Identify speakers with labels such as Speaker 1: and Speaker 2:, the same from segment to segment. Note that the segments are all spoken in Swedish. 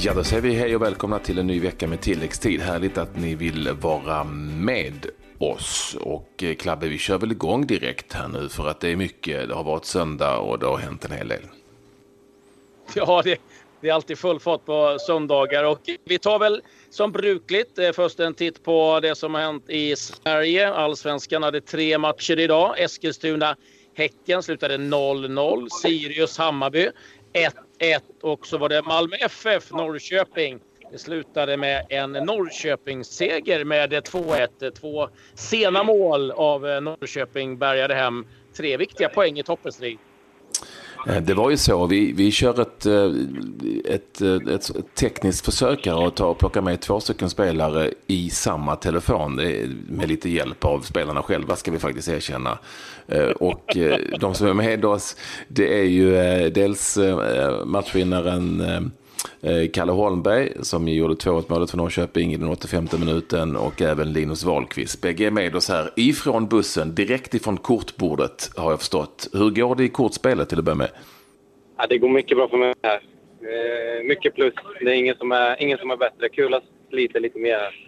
Speaker 1: Ja, då säger vi hej och välkomna till en ny vecka med tilläggstid. Härligt att ni vill vara med oss. Och Klabbe, vi kör väl igång direkt här nu för att det är mycket. Det har varit söndag och det har hänt en hel del.
Speaker 2: Ja, det är alltid full fart på söndagar och vi tar väl som brukligt först en titt på det som har hänt i Sverige. Allsvenskan hade 3 matcher idag. Eskilstuna-Häcken slutade 0-0. Sirius-Hammarby 1-1 och så var det Malmö FF Norrköping. Det slutade med en Norrköpingsseger med 2-1. 2 sena mål av Norrköping bärgade hem 3 viktiga poäng i toppstrid.
Speaker 1: Det var ju så, vi kör ett tekniskt försök här och plocka med 2 stycken spelare i samma telefon med lite hjälp av spelarna själva, ska vi faktiskt erkänna. Och de som är med oss, det är ju dels matchvinnaren Kalle Holmberg som gjorde 2-1-målet för Norrköping i den 85:e minuten och även Linus Wahlqvist. Bägge är med oss här ifrån bussen, direkt ifrån kortbordet har jag förstått. Hur går det i kortspelet till att börja med?
Speaker 3: Ja, det går mycket bra för mig här. Mycket plus. Det är ingen som är bättre. Kul att slita lite mer här.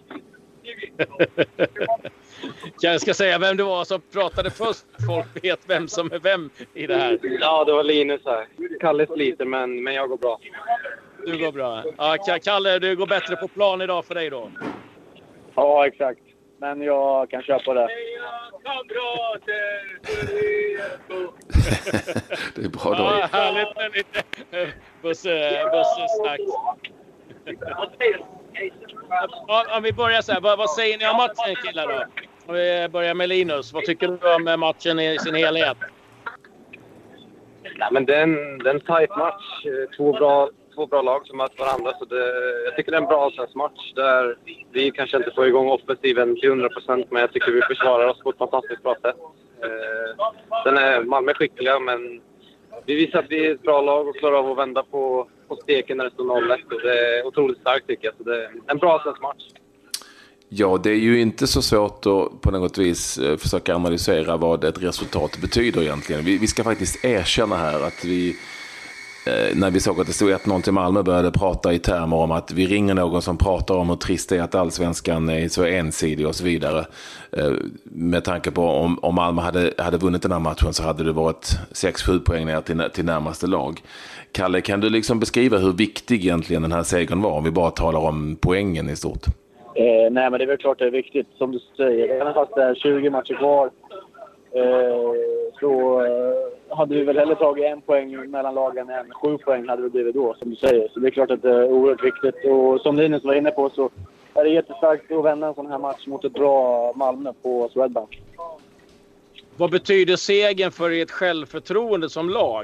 Speaker 2: Jag ska säga vem det var som pratade först. Folk vet vem som är vem i det här.
Speaker 3: Ja, det var Linus här. Kalle sliter, men jag går bra.
Speaker 2: Du går bra. Ja, Kalle, du går bättre på plan idag för dig då?
Speaker 4: Ja, exakt. Men jag kan köpa det.
Speaker 1: Det är bra då.
Speaker 2: Ja, härligt med lite bussesnack. Om vi börjar så här, vad säger ni om matchen, killar då? Om vi börjar med Linus. Vad tycker du om matchen i sin helhet?
Speaker 3: Ja, men det är en tight match. Två bra lag som möter varandra. Så jag tycker det är en bra match där vi kanske inte får igång offensiven till 100%, men jag tycker vi försvarar oss på ett fantastiskt bra sätt. Malmö är skickliga, men vi visar att vi är ett bra lag och klarar av att vända på steken när det står 0-1. Det är otroligt starkt tycker jag. Så det är en bra match.
Speaker 1: Ja, det är ju inte så svårt att på något vis försöka analysera vad ett resultat betyder egentligen. Vi ska faktiskt erkänna här att vi, när vi såg att det stod 1-0 till Malmö, började prata i termer om att vi ringer någon som pratar om hur trist det är att allsvenskan är så ensidig och så vidare. Med tanke på om Malmö hade vunnit den här matchen så hade det varit 6-7 poäng ner till närmaste lag. Kalle, kan du liksom beskriva hur viktig egentligen den här segern var om vi bara talar om poängen i stort?
Speaker 4: Nej, men det är väl klart det är viktigt som du säger. Även fast det är 20 matcher kvar så hade vi väl hellre tagit 1 poäng mellan lagen än 7 poäng hade det blivit då, som du säger. Så det är klart att det är oerhört viktigt. Och som Linus var inne på så är det jättestarkt att vända en sån här match mot ett bra Malmö på Swedbank.
Speaker 2: Vad betyder segern för ert självförtroende som lag?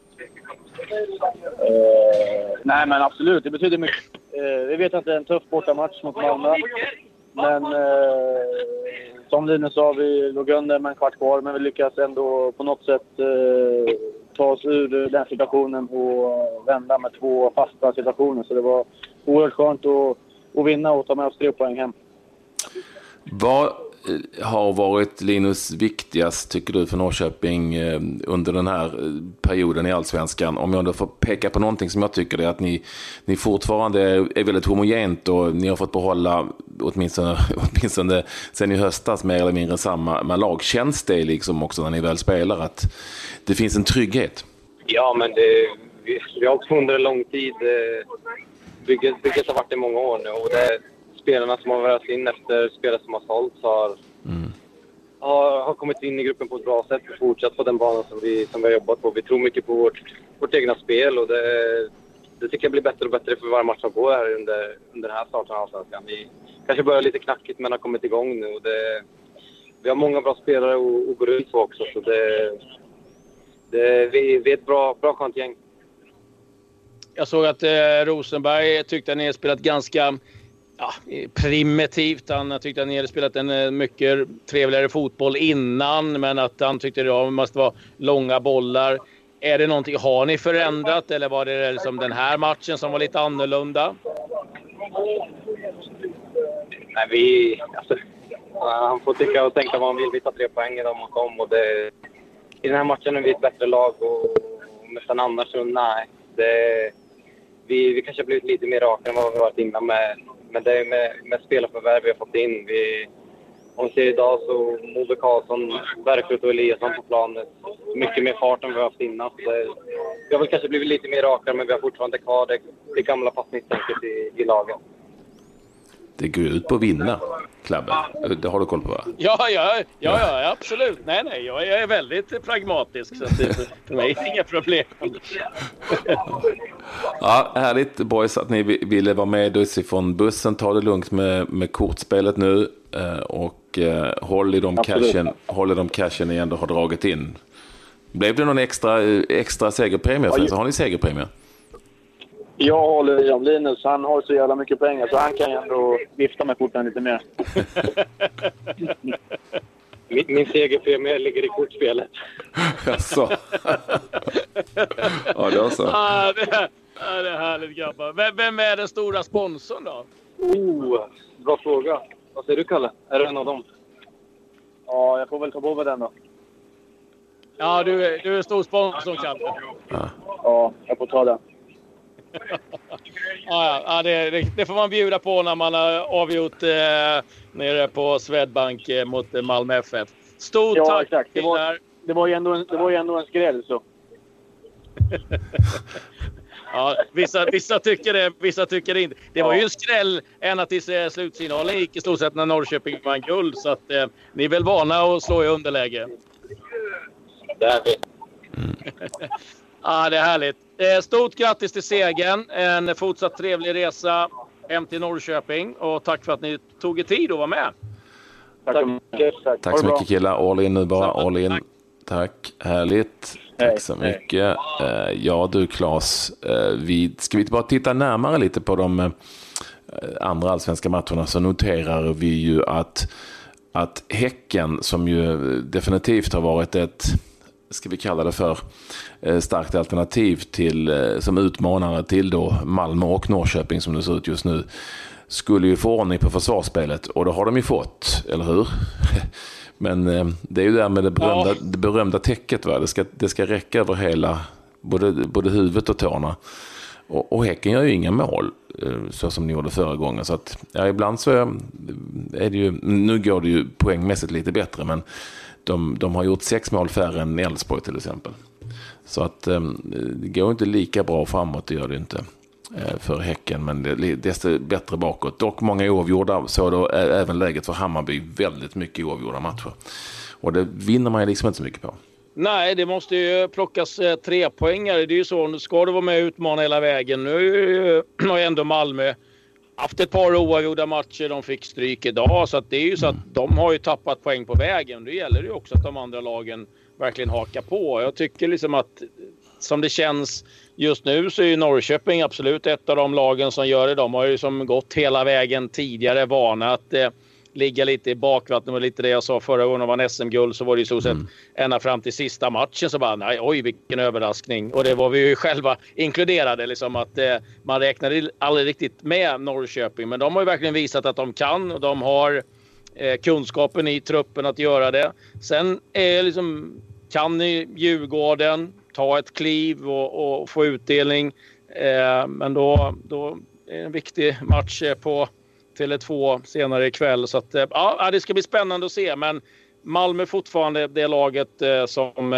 Speaker 4: Nej, men absolut. Det betyder mycket. Vi vet att det är en tuff bortamatch mot Malmö. Men som Linus sa, vi låg under med en kvart kvar. Men vi lyckas ändå på något sätt ta oss ur den situationen och vända med 2 fasta situationer. Så det var oerhört skönt att vinna och ta med oss 3 poäng hem.
Speaker 1: Vad har varit, Linus, viktigast tycker du för Norrköping under den här perioden i allsvenskan? Om jag då får peka på någonting som jag tycker är att ni fortfarande är väldigt homogent och ni har fått behålla åtminstone sen i höstas mer eller mindre samma lag. Känns det liksom också när ni väl spelar att det finns en trygghet?
Speaker 3: Ja, men vi har också under en lång tid. Bygget har varit i många år nu och det är spelarna som har varit in efter spelare som har sålts har kommit in i gruppen på ett bra sätt och fortsatt på den banan som vi har jobbat på. Vi tror mycket på vårt egna spel och det tycker jag blir bättre och bättre för varje match som går här under den här starten av allsvenskan. Vi kanske börjar lite knackigt men har kommit igång nu och vi har många bra spelare att gå runt på också, så vi är ett bra skönt gäng.
Speaker 2: Jag såg att Rosenberg tyckte att ni hade spelat ganska primitivt. Han tyckte att ni hade spelat en mycket trevligare fotboll innan, men att han tyckte det måste vara långa bollar. Är det någonting, har ni förändrat eller var det liksom den här matchen som var lite annorlunda?
Speaker 3: Nej, han får tycka och tänka vad han vill. Vi tar 3 poäng idag mot dem och i den här matchen är vi ett bättre lag och nästan annars så nej. vi kanske har blivit lite mer raka än vad vi varit innan med det med spelarförvärv vi har fått in. Om vi ser idag så Mobe Karlsson, Bergkrut och Eliasson på planen. Mycket mer fart än vi har haft innan. Vi har väl kanske blivit lite mer raka, men vi har fortfarande kvar det gamla passningstänket i lagen. Det
Speaker 1: går ut på att vinna, Klabbe. Det har du koll på, va?
Speaker 2: Ja, absolut. Nej, jag är väldigt pragmatisk. Så att för mig är det inga problem.
Speaker 1: Ja, härligt, boys, att ni ville vara med oss ifrån bussen. Ta det lugnt med kortspelet nu. Och håll i de cashen ni ändå har dragit in. Blev det någon extra segerpremie? Så har ni segerpremie?
Speaker 4: Jag håller i om Linus. Han har så jävla mycket pengar så han kan ändå vifta med korten lite mer.
Speaker 3: Min segerpremie ligger i kortspelet.
Speaker 1: Jaså? Ja, det är så.
Speaker 2: Det är härligt, grabbar. Vem är den stora sponsorn då?
Speaker 3: Bra fråga. Vad säger du, Kalle? Är det en av dem?
Speaker 4: Ja, jag får väl ta på mig den då.
Speaker 2: Ja, du är stor sponsor, Kalle.
Speaker 4: Ja, jag får ta den.
Speaker 2: Ja, det får man bjuda på när man har avgjort nere på Swedbank mot Malmö FF. Stort tack.
Speaker 4: Exakt. Det var ju ändå en skräll så.
Speaker 2: Ja, vissa tycker det, vissa tycker det inte. Det var ju en skräll ända tills slutsignalen gick i stort sett när Norrköping vann guld. Så att ni är väl vana att slå i underläge.
Speaker 3: Det är vi.
Speaker 2: Ja, det är härligt. Stort grattis till segern. En fortsatt trevlig resa hem till Norrköping. Och tack för att ni tog er tid att vara med.
Speaker 1: Tack så mycket, killar. All in nu bara. All in. Tack. Härligt. Tack så mycket. Ja du, Claes. Ska vi bara titta närmare lite på de andra allsvenska matcherna, så noterar vi ju att Häcken, som ju definitivt har varit ett, ska vi kalla det för, starkt alternativ till, som utmanare till då Malmö och Norrköping som det ser ut just nu, skulle ju få ordning på försvarsspelet, och det har de ju fått, eller hur? Men det är ju där med det berömda täcket, va? Det ska räcka över hela, både huvudet och tårna. Och Häcken gör ju inga mål så som ni gjorde förra gången. Så att, ja, ibland så är det ju, nu går det ju poängmässigt lite bättre, men de har gjort 6 mål färre än Elfsborg till exempel. Så att det går inte lika bra framåt, det gör det inte för Häcken, men det är desto bättre bakåt. Dock många oavgjorda, så då är även läget för Hammarby väldigt mycket oavgjorda matcher. Och det vinner man ju liksom inte så mycket på.
Speaker 2: Nej, det måste ju plockas 3 poängare. Det är ju så, nu ska du vara med och utmana hela vägen. Nu har ändå Malmö haft ett par oavgjorda matcher. De fick stryk idag, så att det är ju så att de har ju tappat poäng på vägen. Det gäller ju också att de andra lagen verkligen hakar på. Jag tycker liksom att som det känns just nu så är ju Norrköping absolut ett av de lagen som gör det. De har ju som gått hela vägen tidigare, vana att ligga lite i bakvattnet, och lite det jag sa förra gången de vann SM-guld, så var det ju så sett ända fram till sista matchen så bara nej, oj vilken överraskning, och det var vi ju själva inkluderade liksom, att man räknade aldrig riktigt med Norrköping, men de har ju verkligen visat att de kan, och de har kunskapen i truppen att göra det. Sen är liksom, kan ni Djurgården ta ett kliv och få utdelning, men då är det en viktig match på Tele2 senare ikväll. Så att, ja, det ska bli spännande att se. Men Malmö fortfarande det laget som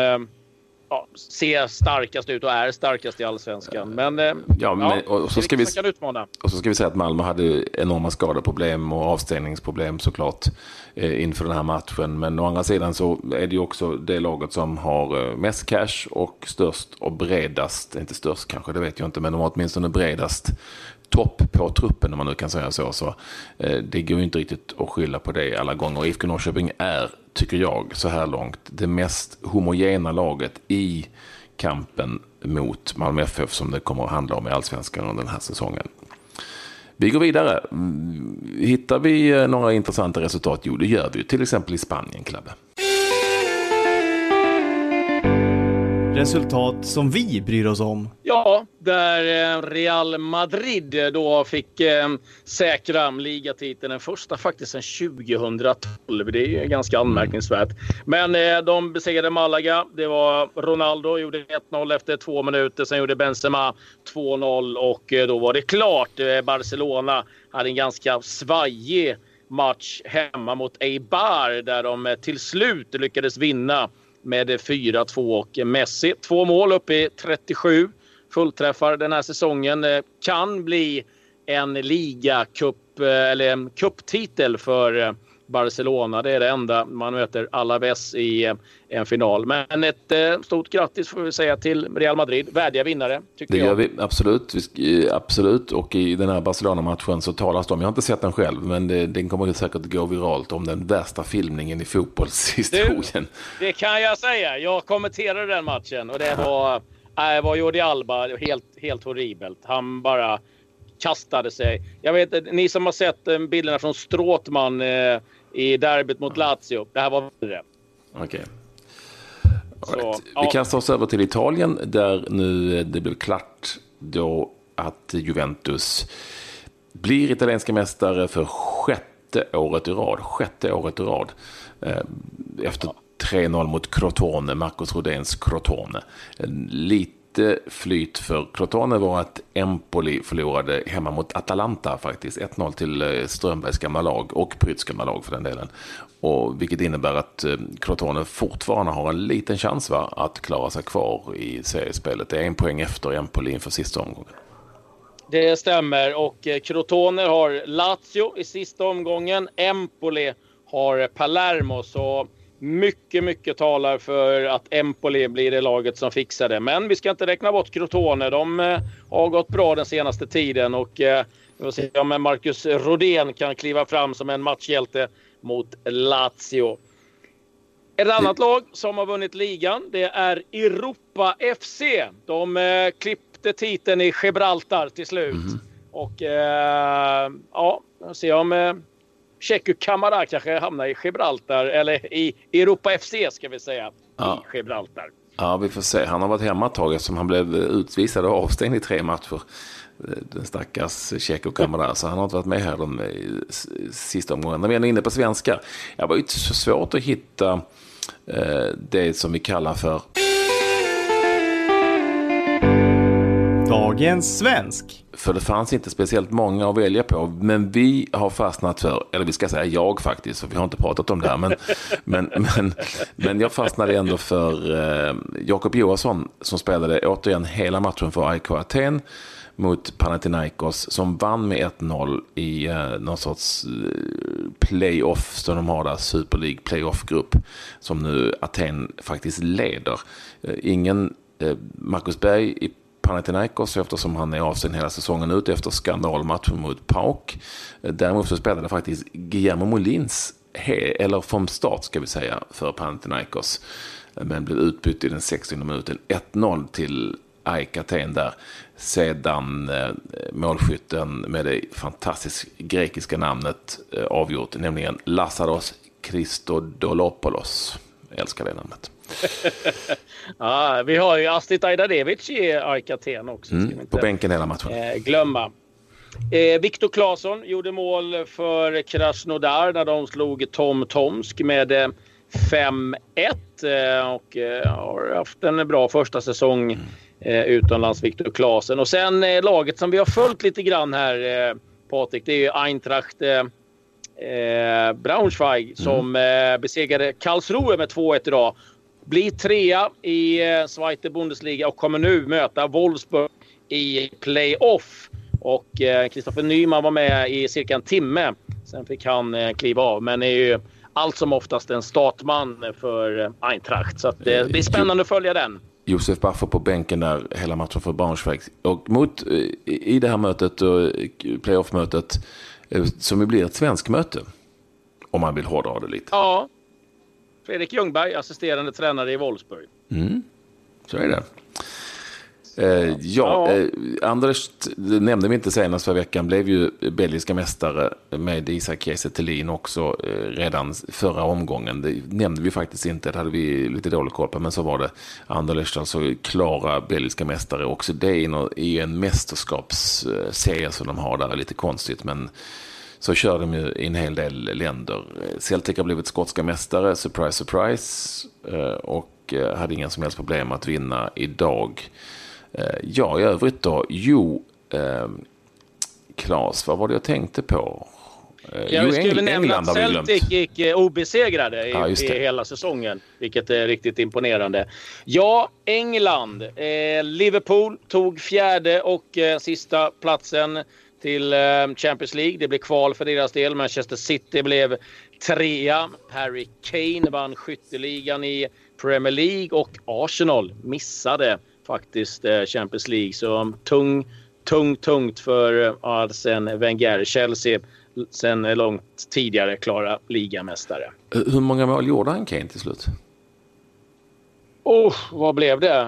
Speaker 2: ser starkast ut och är starkast i allsvenskan. Men,
Speaker 1: och så ska vi säga att Malmö hade enorma skadeproblem och avstängningsproblem såklart inför den här matchen. Men å andra sidan så är det ju också det laget som har mest cash och störst och bredast, inte störst kanske, det vet jag inte, men de har åtminstone bredast topp på truppen, om man nu kan säga så det går ju inte riktigt att skylla på det alla gånger. IFK Norrköping är, tycker jag, så här långt det mest homogena laget i kampen mot Malmö FF som det kommer att handla om i allsvenskan under den här säsongen. Vi går vidare. Hittar vi några intressanta resultat? Jo, det gör vi ju. Till exempel i Spanien, Klabbe.
Speaker 5: resultat som vi bryr oss om.
Speaker 2: Ja, där Real Madrid då fick säkra ligatiteln, den första faktiskt sedan 2012. Det är ganska anmärkningsvärt. Men de besegrade Malaga. Det var Ronaldo, gjorde 1-0 efter 2 minuter. Sen gjorde Benzema 2-0 och då var det klart. Barcelona hade en ganska svajig match hemma mot Eibar där de till slut lyckades vinna med 4-2 och Messi. 2 mål upp i 37 fullträffar den här säsongen. Kan bli en ligacup eller en cuptitel för Barcelona. Det är det enda man möter Alaves i en final. Men ett stort grattis får vi säga till Real Madrid. Värdiga vinnare tycker jag.
Speaker 1: Det gör vi absolut. Absolut. Och i den här Barcelona-matchen så talas det om, jag har inte sett den själv, men den kommer säkert gå viralt, om den värsta filmningen i fotbollshistorien.
Speaker 2: Det kan jag säga. Jag kommenterade den matchen och det var Jordi Alba helt horribelt. Han bara kastade sig. Jag vet, ni som har sett bilderna från Strootman i derbyt mot Lazio. Det här var värre.
Speaker 1: Okej. Vi kastar oss över till Italien där nu det blev klart då att Juventus blir italienska mästare för sjätte året i rad. Efter 3-0 mot Crotone, Marcos Rodéns Crotone. Lite flyt för Crotone var att Empoli förlorade hemma mot Atalanta faktiskt. 1-0 till Strömbergs gamla lag och Prytz gamla lag för den delen. Och vilket innebär att Crotone fortfarande har en liten chans att klara sig kvar i seriespelet. Det är 1 poäng efter Empoli inför sista omgången.
Speaker 2: Det stämmer och Crotone har Lazio i sista omgången. Empoli har Palermo, så mycket talar för att Empoli blir det laget som fixar det. Men vi ska inte räkna bort Crotone. De har gått bra den senaste tiden och vi får se om Marcus Rodén kan kliva fram som en matchhjälte mot Lazio. Ett annat lag som har vunnit ligan, det är Europa FC. De klippte titeln i Gibraltar till slut. Och se om Cheku Kamara kanske hamnar i Gibraltar, eller i Europa FC ska vi säga, i Gibraltar.
Speaker 1: Ja, vi får se. Han har varit hemma ett tag som han blev utvisad och avstängd i 3 matcher. Den stackars Cheku Kamara, så han har inte varit med här de sista omgången. När vi är inne på svenska, det var ju inte så svårt att hitta det som vi kallar för
Speaker 5: Dagens svensk.
Speaker 1: För det fanns inte speciellt många att välja på, men vi har fastnat för, eller vi ska säga jag faktiskt, för vi har inte pratat om det här, men jag fastnade ändå för Jakob Johansson som spelade återigen hela matchen för AIK Aten mot Panathinaikos, som vann med 1-0 i någon sorts playoff som de har där, Super League playoff-grupp som nu Aten faktiskt leder. Ingen Marcus Berg i Panathinaikos eftersom han är avstängd hela säsongen ut efter skandalmatchen mot PAOK. Däremot så spelade faktiskt Guillermo Molins eller från start ska vi säga för Panathinaikos, men blev utbytt i den 60:e minuten. 1-0 till AIK Aten där, sedan målskytten med det fantastiskt grekiska namnet avgjort, nämligen Lazaros Christodolopoulos. Jag älskar det namnet.
Speaker 2: Ja, vi har ju Astrid Ajdarevic i AIK Aten också.
Speaker 1: På bänken hela matchen.
Speaker 2: Glömma. Viktor Claesson gjorde mål för Krasnodar när de slog Tom Tomsk med 5-1 och har haft en bra första säsong utomlands, Viktor Claesson. Och sen laget som vi har följt lite grann här, Patrik, det är ju Eintracht Braunschweig som besegrade Karlsruhe med 2-1 idag. Blir 3 i Zweite Bundesliga och kommer nu möta Wolfsburg i playoff. Och Kristoffer Nyman var med i cirka en timme. Sen fick han kliva av, men är ju allt som oftast en startman för Eintracht. Så att det blir spännande att följa den.
Speaker 1: Josef Baffer på bänken där hela matchen för Braunschweig. Och mot i det här mötet och playoff-mötet som blir ett svensk möte, om man vill hårdra det lite.
Speaker 2: Ja. Fredrik Ljungberg, assisterande tränare i Wolfsburg.
Speaker 1: Så är det. Anders, det nämnde vi inte senast för veckan, blev ju belgiska mästare med Isak Kiese Thelin också redan förra omgången. Det nämnde vi faktiskt inte, det hade vi lite dålig koll på, men så var det. Anderlecht alltså klara belgiska mästare också. Det är en mästerskapsserie som de har där, är lite konstigt, men så kör de ju i en hel del länder. Celtic har blivit skotska mästare, surprise, surprise, och hade inga som helst problem att vinna idag. I övrigt då, Claes, vad var det jag tänkte på?
Speaker 2: Jag skulle nämna att Celtic gick obesegrade i hela säsongen, vilket är riktigt imponerande. Ja, England. Liverpool tog 4:e och sista platsen till Champions League. Det blev kval för deras del. Manchester City blev 3:a. Harry Kane vann skytteligan i Premier League och Arsenal missade faktiskt Champions League. Så tungt för Arsene Wenger. Chelsea sen långt tidigare klara ligamästare.
Speaker 1: Hur många mål gjorde han, Kane, till slut?
Speaker 2: Vad blev det?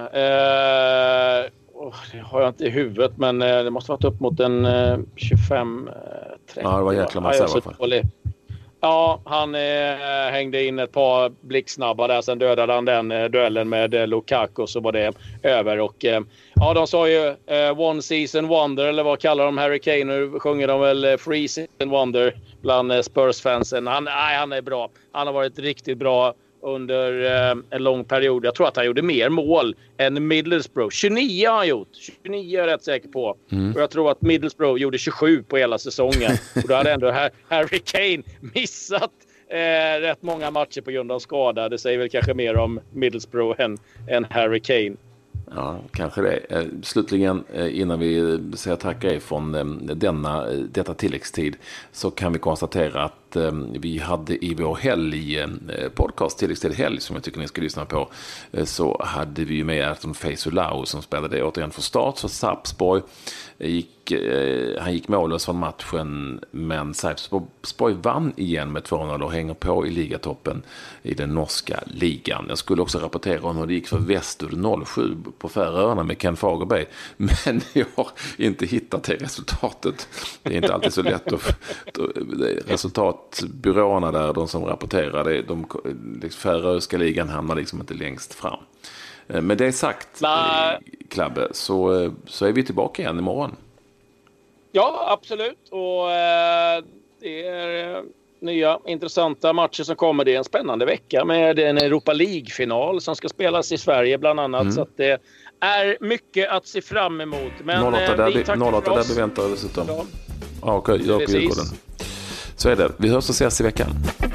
Speaker 2: Det har jag inte i huvudet, men det måste ha varit upp mot en 25-30.
Speaker 1: Ja, det var jäkla massa i alla fall.
Speaker 2: Ja, han hängde in ett par blicksnabba där. Sen dödade han den duellen med Lukaku, så var det över. Och de sa ju One Season Wonder, eller vad kallar de Harry Kane? Nu sjunger de väl Free Season Wonder bland Spurs-fansen. Han är bra. Han har varit riktigt bra under en lång period. Jag tror att han gjorde mer mål än Middlesbrough. 29 har han gjort. 29 är jag rätt säker på. Och jag tror att Middlesbrough gjorde 27 på hela säsongen. Och då hade ändå Harry Kane missat rätt många matcher på grund av skada. Det säger väl kanske mer om Middlesbrough än Harry Kane.
Speaker 1: Ja, kanske det. Slutligen, innan vi säger tacka från detta tilläggstid, så kan vi konstatera att vi hade i vår helg, podcast Tilläggstid helg, som jag tycker ni ska lyssna på, så hade vi med Ayrton Feyenoord som spelade återigen för start för Sarpsborg. Han gick mållös från matchen, men Sarpsborg vann igen med 2-0 och hänger på i ligatoppen i den norska ligan. Jag skulle också rapportera om hur det gick för Västur 07 på Färöarna med Ken Fagerberg, men jag har inte hittat det resultatet. Det är inte alltid så lätt att resultatbyråerna där, de som rapporterar det, Färöiska ligan hamnar liksom inte längst fram. Med det sagt, Klabbe, så är vi tillbaka igen imorgon.
Speaker 2: Ja, absolut. Och det är nya intressanta matcher som kommer. Det är en spännande vecka med en Europa League-final som ska spelas i Sverige bland annat. Så att det är mycket att se fram emot. Men
Speaker 1: 08 där vi väntar dessutom. Ja, okej, jag på Djurgården. Så är det. Vi hörs och ses i veckan.